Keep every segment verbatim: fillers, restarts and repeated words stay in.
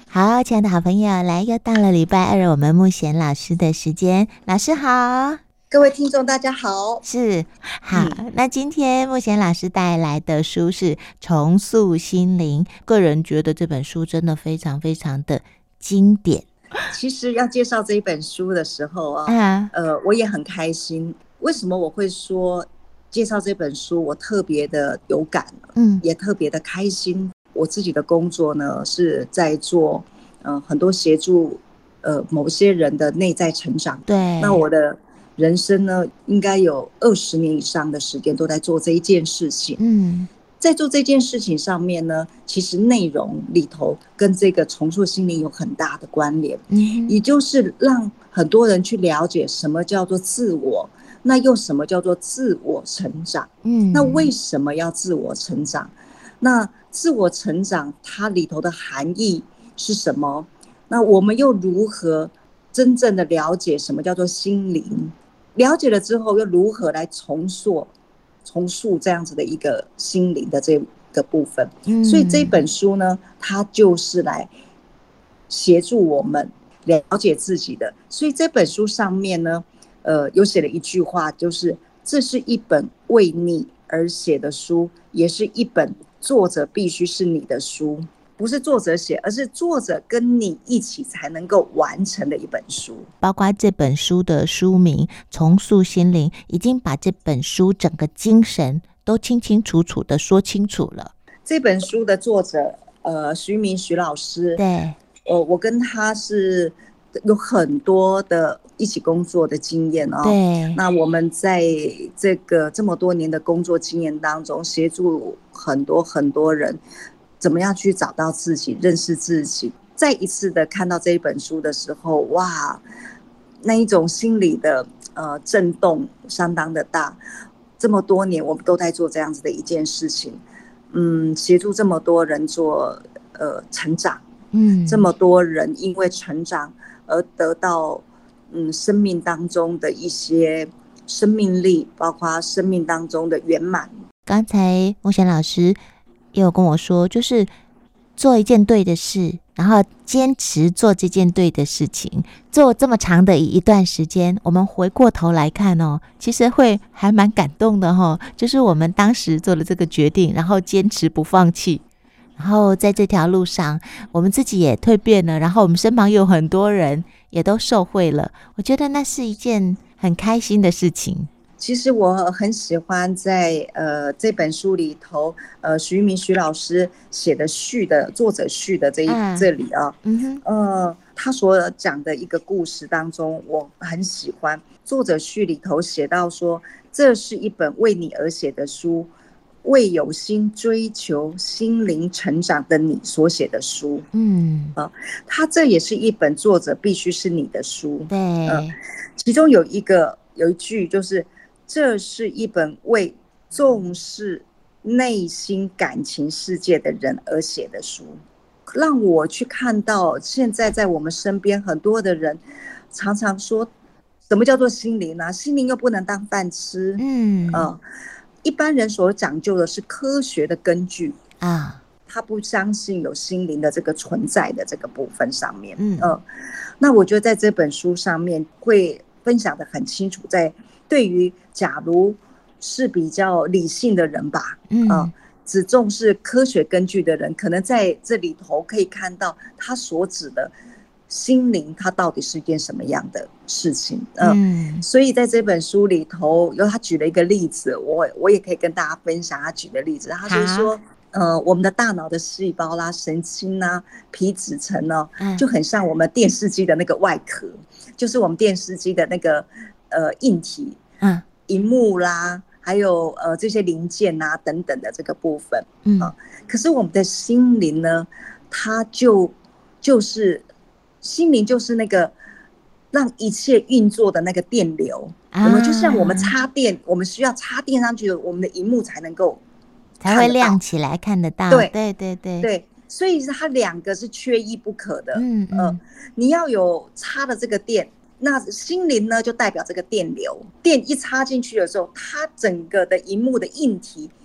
好，亲爱的好朋友，来，又到了礼拜二我们慕贤老师的时间。老师好。 各位听众大家好。 是，好、嗯、那今天慕贤老师带来的书是重塑心灵，个人觉得这本书真的非常非常的经典。 其实要介绍这一本书的时候啊，啊呃，我也很开心。为什么我会说介绍这本书我特别的有感，嗯，也特别的开心。我自己的工作呢是在做呃很多协助呃某些人的内在成长。 对， 那我的人生呢应该有二十年以上的时间都在做这一件事情。嗯，在做这件事情上面呢，其实内容里头跟这个重塑心灵有很大的关联。嗯，也就是让很多人去了解什么叫做自我，那又什么叫做自我成长。嗯，那为什么要自我成长？那自我成长它里头的含义是什么？那我们又如何真正的了解什么叫做心灵？了解了之后又如何来重塑重塑这样子的一个心灵的这个部分？嗯，所以这本书呢，它就是来协助我们了解自己的。所以这本书上面呢，呃，有写了一句话，就是这是一本为你而写的书，也是一本作者必须是你的书。不是作者写，而是作者跟你一起才能够完成的一本书。 包括这本书的书名《重塑心灵》，已经把这本书整个精神都清清楚楚的说清楚了。 这本书的作者呃，徐明徐老师， 对， 呃，我跟他是有很多的一起工作的经验哦。 对， 那我们在这个这么多年的工作经验当中，协助很多很多人怎么样去找到自己，认识自己。再一次的看到这一本书的时候，哇，那一种心理的呃震动相当的大。这么多年我们都在做这样子的一件事情，嗯，协助这么多人做呃成长，嗯，这么多人因为成长而得到嗯生命当中的一些生命力，包括生命当中的圆满。 刚才慕贤老师也有跟我说，就是做一件对的事，然后坚持做这件对的事情，做这么长的一段时间，我们回过头来看哦，其实会还蛮感动的哦。就是我们当时做了这个决定，然后坚持不放弃，然后在这条路上我们自己也蜕变了，然后我们身旁有很多人也都受惠了，我觉得那是一件很开心的事情。 其实我很喜欢在呃这本书里头，呃徐玉明徐老师写的序的作者序的这一、啊、这里啊，嗯哼，呃他所讲的一个故事当中，我很喜欢作者序里头写到说，这是一本为你而写的书，为有心追求心灵成长的你所写的书。嗯，啊，他这也是一本作者必须是你的书。 对， 呃，其中有一个有一句就是。这是一本为重视内心感情世界的人而写的书，让我去看到现在在我们身边很多的人常常说什么叫做心灵啊，心灵又不能当饭吃。嗯、呃，一般人所讲究的是科学的根据啊，他不相信有心灵的这个存在的这个部分上面。嗯、呃，那我觉得在这本书上面会分享得很清楚，在对于假如是比较理性的人吧，嗯、呃，只重视科学根据的人，可能在这里头可以看到他所指的心灵，它到底是一件什么样的事情。呃、嗯，所以在这本书里头，有他举了一个例子，我我也可以跟大家分享他举的例子。他就说，呃，我们的大脑的细胞啦、神经啊、皮质层呢、哦，就很像我们电视机的那个外壳，就是我们电视机的那个。呃，硬体，嗯，萤幕啦，还有呃这些零件啊等等的这个部分，嗯、啊，可是我们的心灵呢，它就就是心灵就是那个让一切运作的那个电流，啊、我们就像我们插电，我们需要插电上去，我们的萤幕才能够才会亮起来看得到，对对对对对，所以它两个是缺一不可的，嗯嗯、呃，你要有插的这个电。那心灵呢，就代表这个电流，电一插进去的时候，它整个的萤幕的硬体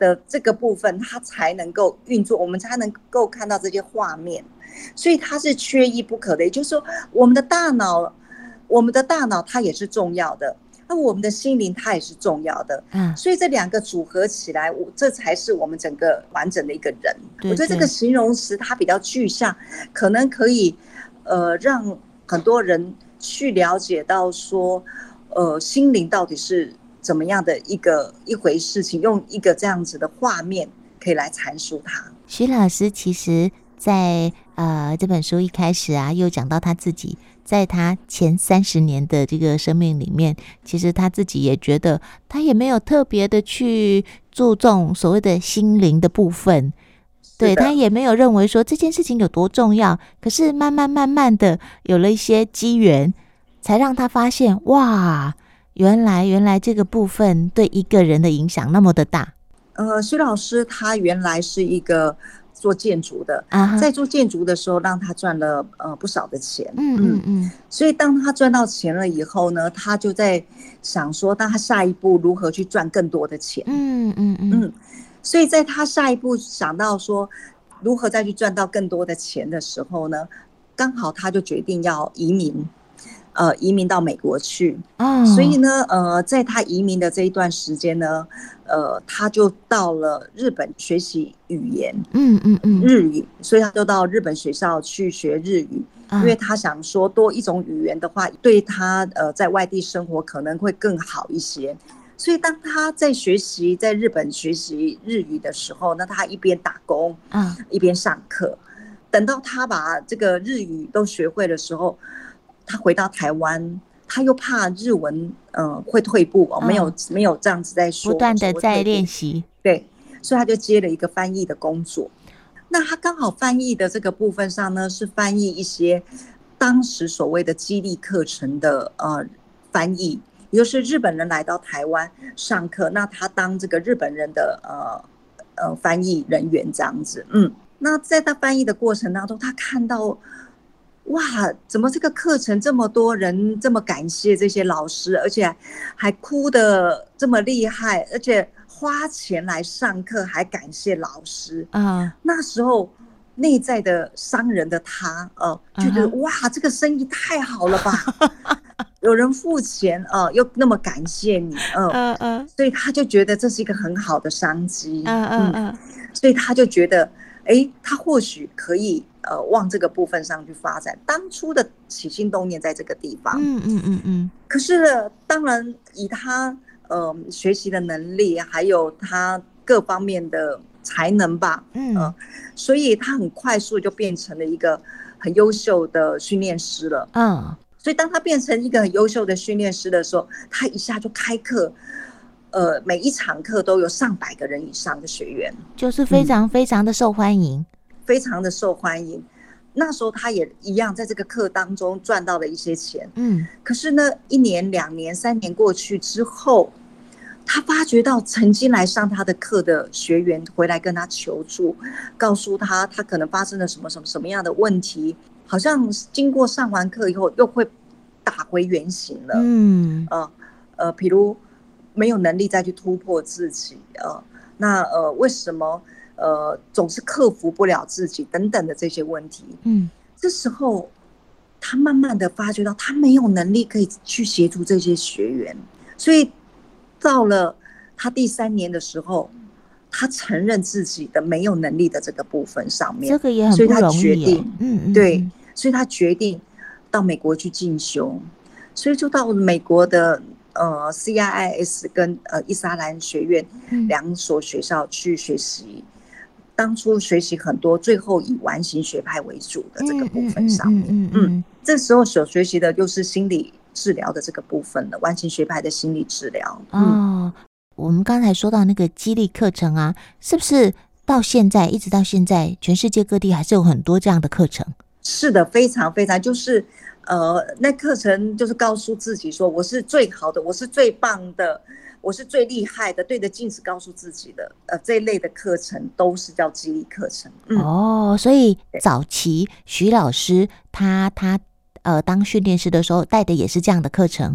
的这个部分，它才能够运作，我们才能够看到这些画面，所以它是缺一不可的。也就是说，我们的大脑，我们的大脑它也是重要的，那我们的心灵它也是重要的，嗯，所以这两个组合起来，我这才是我们整个完整的一个人。对对，我觉得这个形容词它比较具象，可能可以呃让很多人去了解到说，呃，心灵到底是怎么样的一个一回事情，用一个这样子的画面可以来阐述它。 徐老师其实在呃这本书一开始啊，又讲到他自己在他前三十年的这个生命里面，其实他自己也觉得他也没有特别的去注重所谓的心灵的部分，对，他也没有认为说这件事情有多重要，可是慢慢慢慢的有了一些机缘，才让他发现，哇，原来原来这个部分对一个人的影响那么的大。 呃，徐老师他原来是一个做建筑的，啊、在做建筑的时候让他赚了呃不少的钱，嗯嗯嗯，所以当他赚到钱了以后呢，他就在想说，那他下一步如何去赚更多的钱，嗯嗯嗯嗯，所以在他下一步想到说如何再去赚到更多的钱的时候呢，刚好他就决定要移民。呃，移民到美国去，哦、所以呢，呃，在他移民的这一段时间呢，呃，他就到了日本学习语言，嗯嗯嗯，日语，所以他就到日本学校去学日语，啊、因为他想说多一种语言的话，对他呃在外地生活可能会更好一些。所以当他在学习在日本学习日语的时候，那他一边打工，啊，一边上课。等到他把这个日语都学会的时候，他回到台湾，他又怕日文呃会退步哦，没有没有这样子在说， 不断的在练习， 对，所以他就接了一个翻译的工作。那他刚好翻译的这个部分上呢，是翻译一些当时所谓的激励课程的呃翻译，也就是日本人来到台湾上课，那他当这个日本人的呃呃翻译人员这样子，嗯，那在他翻译的过程当中，他看到。哇，怎么这个课程这么多人这么感谢这些老师，而且还哭得这么厉害，而且花钱来上课还感谢老师啊、uh-huh. 那时候内在的商人的他呃觉得、uh-huh. 哇，这个生意太好了吧有人付钱呃又那么感谢你呃 uh-uh. 所以他就觉得这是一个很好的商机 uh-uh. 嗯，所以他就觉得哎，他或许可以呃往这个部分上去发展。当初的起心动念在这个地方，嗯嗯嗯嗯。可是当然以他呃学习的能力，还有他各方面的才能吧，嗯、呃，所以他很快速就变成了一个很优秀的训练师了。嗯，所以当他变成一个很优秀的训练师的时候，他一下就开课。呃，每一场课都有上百个人以上的学员， 就是非常非常的受欢迎、嗯， 非常的受欢迎。那时候他也一样在这个课当中赚到了一些钱，嗯。可是呢，一年、两年、三年过去之后，他发觉到曾经来上他的课的学员回来跟他求助，告诉他他可能发生了什么什么什么样的问题，好像经过上完课以后又会打回原形了，嗯，呃呃，比如。没有能力再去突破自己，呃，那呃，为什么呃总是克服不了自己等等的这些问题？嗯，这时候他慢慢的发觉到他没有能力可以去协助这些学员，所以到了他第三年的时候，他承认自己的没有能力的这个部分上面， 这个也很不容易，所以他决定， 嗯嗯，对，所以他决定到美国去进修，所以就到美国的。呃 ，C I I S 跟呃伊莎兰学院两所学校去学习，嗯、当初学习很多，最后以完形学派为主的这个部分上面，嗯, 嗯, 嗯, 嗯, 嗯这时候所学习的就是心理治疗的这个部分了，完形学派的心理治疗。 哦，我们刚才说到那个激励课程啊，是不是到现在一直到现在，全世界各地还是有很多这样的课程？ 是的，非常非常就是。呃，那课程就是告诉自己说，我是最好的，我是最棒的，我是最厉害的，对着镜子告诉自己的。呃，这一类的课程都是叫激励课程。 嗯、哦，所以早期徐老师他他呃当训练师的时候带的也是这样的课程。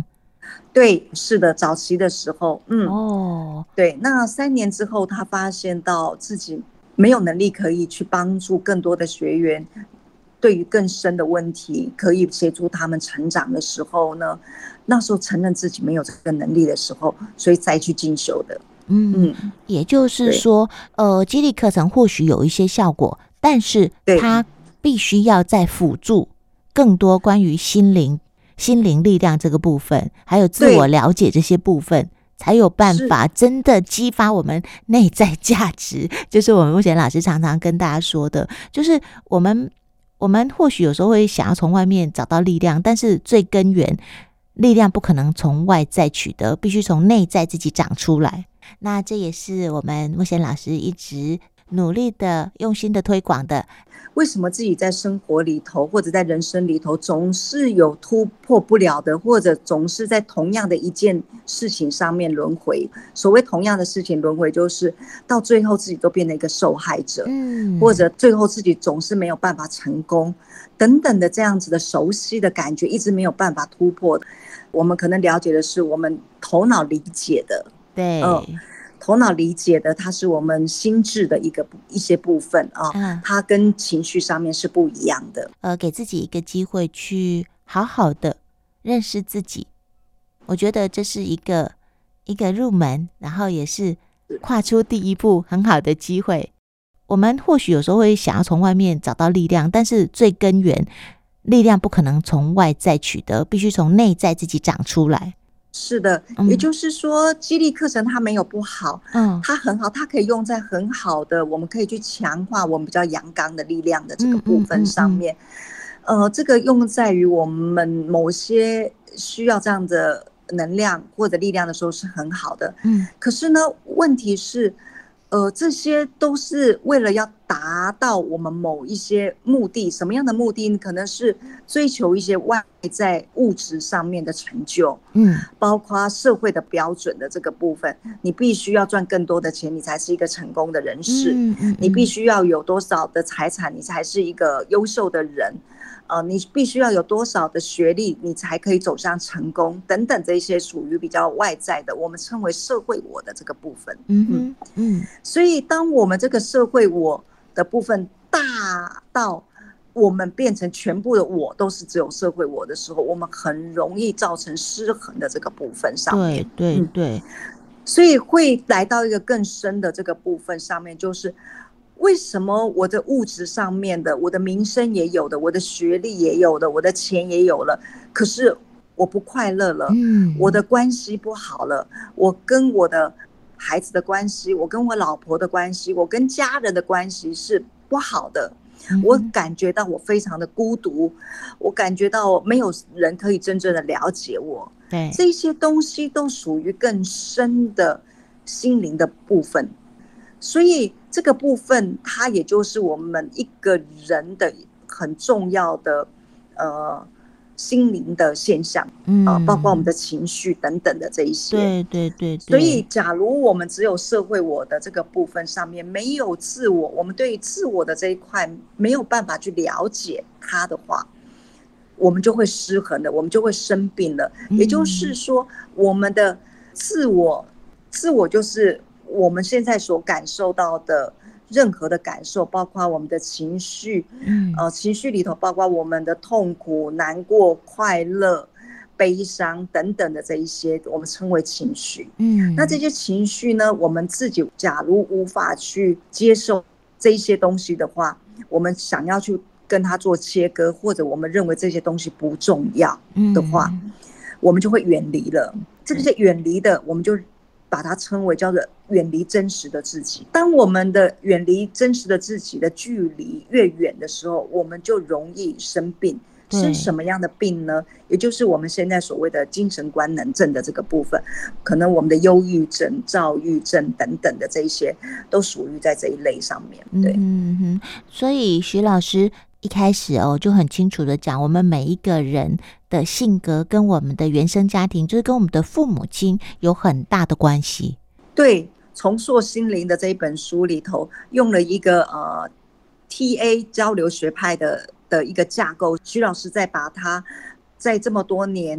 对，是的，早期的时候，嗯， 哦， 对，那三年之后，他发现到自己没有能力可以去帮助更多的学员，对于更深的问题可以协助他们成长的时候呢，那时候承认自己没有这个能力的时候，所以再去进修的。 嗯， 嗯， 也就是对说，呃，激励课程或许有一些效果，但是对它必须要再辅助更多关于心灵、心灵力量这个部分，还有自我对， 了解这些部分，才有办是， 法真的激发我们内在价值。就是我们目前老师常常跟大家说的，就是我们我们或许有时候会想要从外面找到力量，但是最根源，力量不可能从外在取得，必须从内在自己长出来。那这也是我们木贤老师一直努力的、用心的推广的。 为什么自己在生活里头或者在人生里头总是有突破不了的，或者总是在同样的一件事情上面轮回？所谓同样的事情轮回，就是到最后自己都变成一个受害者，或嗯， 者最后自己总是没有办法成功，等等的这样子的熟悉的感觉，一直没有办法突破。我们可能了解的是我们头脑理解的，嗯， 对， 头脑理解的，它是我们心智的一个一些部分啊， 嗯， 它跟情绪上面是不一样的。 呃，给自己一个机会去好好的认识自己，我觉得这是一个一个入门，然后也是跨出第一步很好的机会。我们或许有时候会想要从外面找到力量，但是最根源，力量不可能从外在取得，必须从内在自己长出来。 是的，也嗯就是说，激励课程它没有不好， 嗯它很好，它可以用在很好的，我们可以去强化我们比较阳刚的力量的这个嗯嗯部分嗯嗯上面。呃，这个用在于我们某些需要这样的能量或者力量的时候是很好的。 嗯可是呢，问题是，呃，这些都是为了要达到我们某一些目的，什么样的目的？可能是追求一些外在物质上面的成就， 嗯包括社会的标准的这个部分，你必须要赚更多的钱，你才是一个成功的人士； 嗯嗯你必嗯须要有多少的财产，你才是一个优秀的人。呃，你必须要有多少的学历，你才可以走向成功，等等，这些属于比较外在的，我们称为社会我的这个部分。嗯， 嗯哼嗯所以当我们这个社会我的部分大到我们变成全部的我都是只有社会我的时候，我们很容易造成失衡的这个部分上面。 对对嗯， 对， 所以会来到一个更深的这个部分上面，就是为什么我的物质上面的，我的名声也有的，我的学历也有的，我的钱也有了，可是我不快乐了，我嗯的关系不好了，我跟我的孩子的关系，我跟我老婆的关系，我跟家人的关系是不好的。我嗯哼感觉到我非常的孤独，我感觉到没有人可以真正的了解我， 对， 这些东西都属于更深的心灵的部分。所以这个部分，它也就是我们一个人的很重要的呃心灵的现象啊、呃，包括我们嗯， 的情绪等等的这一些。 对对对所以， 对， 假如我们只有社会我的这个部分上面没有自我，我们对于自我的这一块没有办法去了解它的话，我们就会失衡的，我们就会生病了。也就是嗯说，我们的自我，自我就是我们现在所感受到的任何的感受，包括我们的情绪， 嗯呃，情绪里头包括我们的痛苦、难过、快乐、悲伤等等的这一些，我们称为情绪。那这嗯些情绪呢，我们自己假如无法去接受这一些东西的话，我们想要去跟它做切割，或者我们认为这些东西不重要的话， 嗯， 我们就会远离了。这些远离的，我们就把它称为叫做远离真实的自己。当我们的远离真实的自己的距离越远的时候，我们就容易生病。生什么样的病呢？也就是我们现在所谓的精神官能症的这个部分，可能我们的忧郁症、躁郁症等等的这一些，都属于在这一类上面。对， 嗯哼，所以徐老师一开始哦就很清楚的讲，我们每一个人的性格跟我们的原生家庭，就是跟我们的父母亲有很大的关系。 对，重塑心灵的这一本书里头，用了一个呃 T A 交流学派的的一个架构，徐老师再把它在这么多年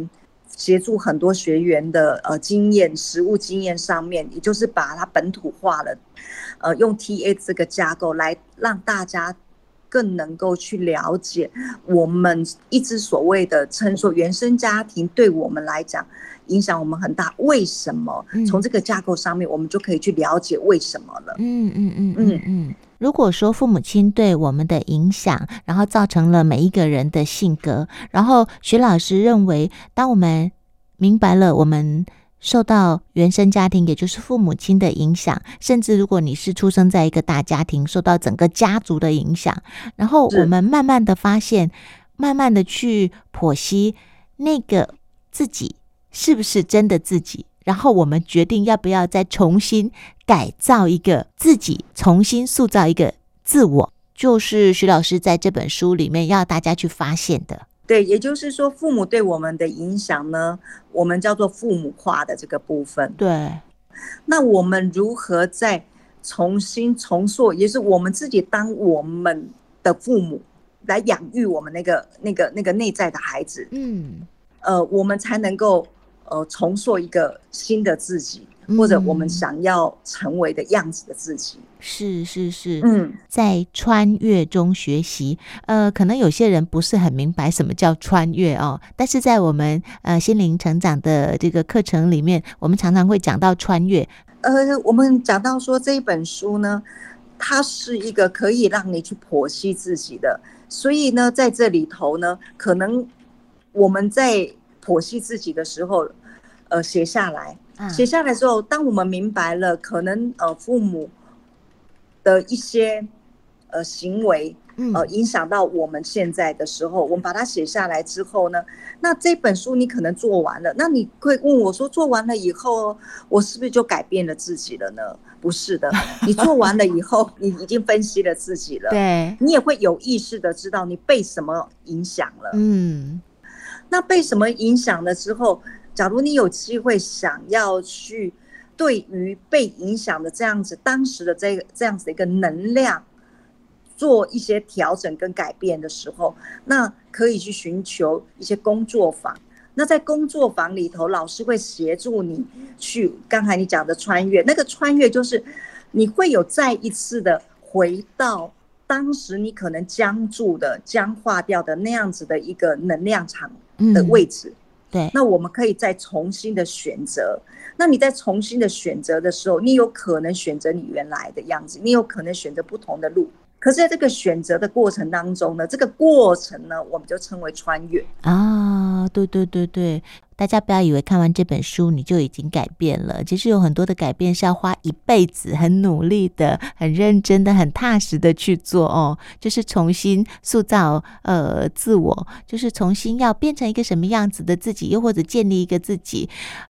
协助很多学员的呃经验、实务经验上面，也就是把它本土化了，呃，用 T A 这个架构来让大家更能够去了解我们一直所谓的称说原生家庭对我们来讲影响我们很大，为什么？从这个架构上面，我们就可以去了解为什么了。 嗯嗯嗯嗯嗯。如果说父母亲对我们的影响，然后造成了每一个人的性格，然后徐老师认为，当我们明白了我们受到原生家庭，也就是父母亲的影响，甚至如果你是出生在一个大家庭，受到整个家族的影响，然后我们慢慢的发现，慢慢的去剖析那个自己是不是真的自己，然后我们决定要不要再重新改造一个自己，重新塑造一个自我，就是徐老师在这本书里面要大家去发现的。 对，也就是说父母对我们的影响呢，我们叫做父母化的这个部分。 对， 那我们如何再重新重塑，也是我们自己当我们的父母来养育我们那个那个那个内在的孩子， 嗯， 呃，我们才能够呃重塑一个新的自己，或者我们想要成为的样子的自己。 是是是， 嗯， 在穿越中学习，呃，可能有些人不是很明白什么叫穿越哦，但是在我们呃心灵成长的这个课程里面，我们常常会讲到穿越。 呃，我们讲到说这一本书呢，它是一个可以让你去剖析自己的，所以呢，在这里头呢，可能我们在剖析自己的时候，呃，写下来，写下来之后，当我们明白了，可能呃父母的一些呃行为，呃影响到我们现在的时候，我们把它写下来之后呢，那这本书你可能做完了，那你会问我说，做完了以后，我是不是就改变了自己了呢？不是的，你做完了以后，你已经分析了自己了， 对， 你也会有意识的知道你被什么影响了。 嗯， 那被什么影响了之后，假如你有机会想要去对于被影响的这样子当时的这个这样子的一个能量做一些调整跟改变的时候，那可以去寻求一些工作坊。那在工作坊里头，老师会协助你去刚才你讲的穿越，那个穿越就是你会有再一次的回到当时你可能僵住的僵化掉的那样子的一个能量场的位置、嗯、 对， 那我们可以再重新的选择。那你在重新的选择的时候，你有可能选择你原来的样子，你有可能选择不同的路，可是在这个选择的过程当中呢，这个过程呢，我们就称为穿越啊。对对对对，大家不要以为看完这本书你就已经改变了，其实有很多的改变是要花一辈子，很努力的，很认真的，很踏实的去做哦。就是重新塑造呃自我，就是重新要变成一个什么样子的自己，又或者建立一个自己